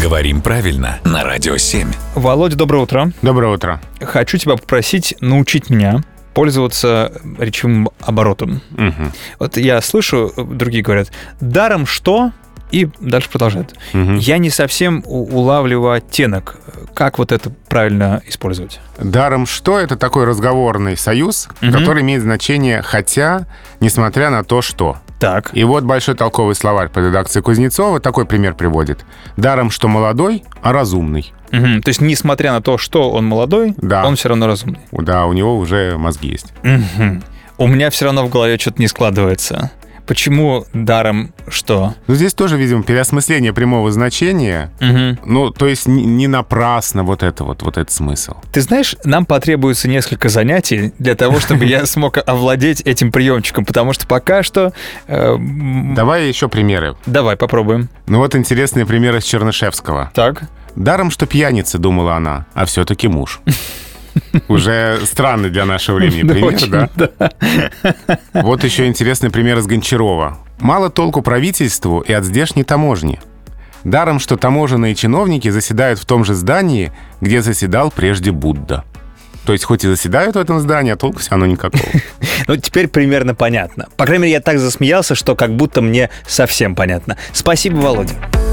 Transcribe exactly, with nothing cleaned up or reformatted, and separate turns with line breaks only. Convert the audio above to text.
Говорим правильно на Радио семь.
Володя, доброе утро.
Доброе утро.
Хочу тебя попросить научить меня пользоваться речевым оборотом.
Угу.
Вот я слышу, другие говорят, даром что... И дальше продолжает.
Угу.
Я не совсем у- улавливаю оттенок. Как вот это правильно использовать?
Даром что? Это такой разговорный союз,
Угу.
который имеет значение «хотя», несмотря на то, что.
Так.
И вот большой толковый словарь по редакции Кузнецова такой пример приводит. Даром что молодой, а разумный.
Угу. То есть, несмотря на то, что он молодой,
Да.
он все равно разумный.
Да, у него уже мозги есть.
Угу. У меня все равно в голове что-то не складывается. Почему даром что?
Но здесь тоже, видимо, переосмысление прямого значения.
Угу.
Ну, то есть не, не напрасно вот это вот, вот этот смысл.
Ты знаешь, нам потребуется несколько занятий для того, чтобы я смог овладеть этим приемчиком, потому что пока что... э, м,
Давай еще примеры.
Давай попробуем.
Ну вот интересные примеры с Чернышевского.
Так.
Даром, что пьяница, думала она, а все-таки муж. Уже странный для нашего времени пример,
Очень,
да?
да.
Вот еще интересный пример из Гончарова. Мало толку правительству и от здешней таможни. Даром, что таможенные чиновники заседают в том же здании, где заседал прежде Будда. То есть хоть и заседают в этом здании, а толку все равно никакого.
Ну, теперь примерно понятно. По крайней мере, я так засмеялся, что как будто мне совсем понятно. Спасибо, Володя.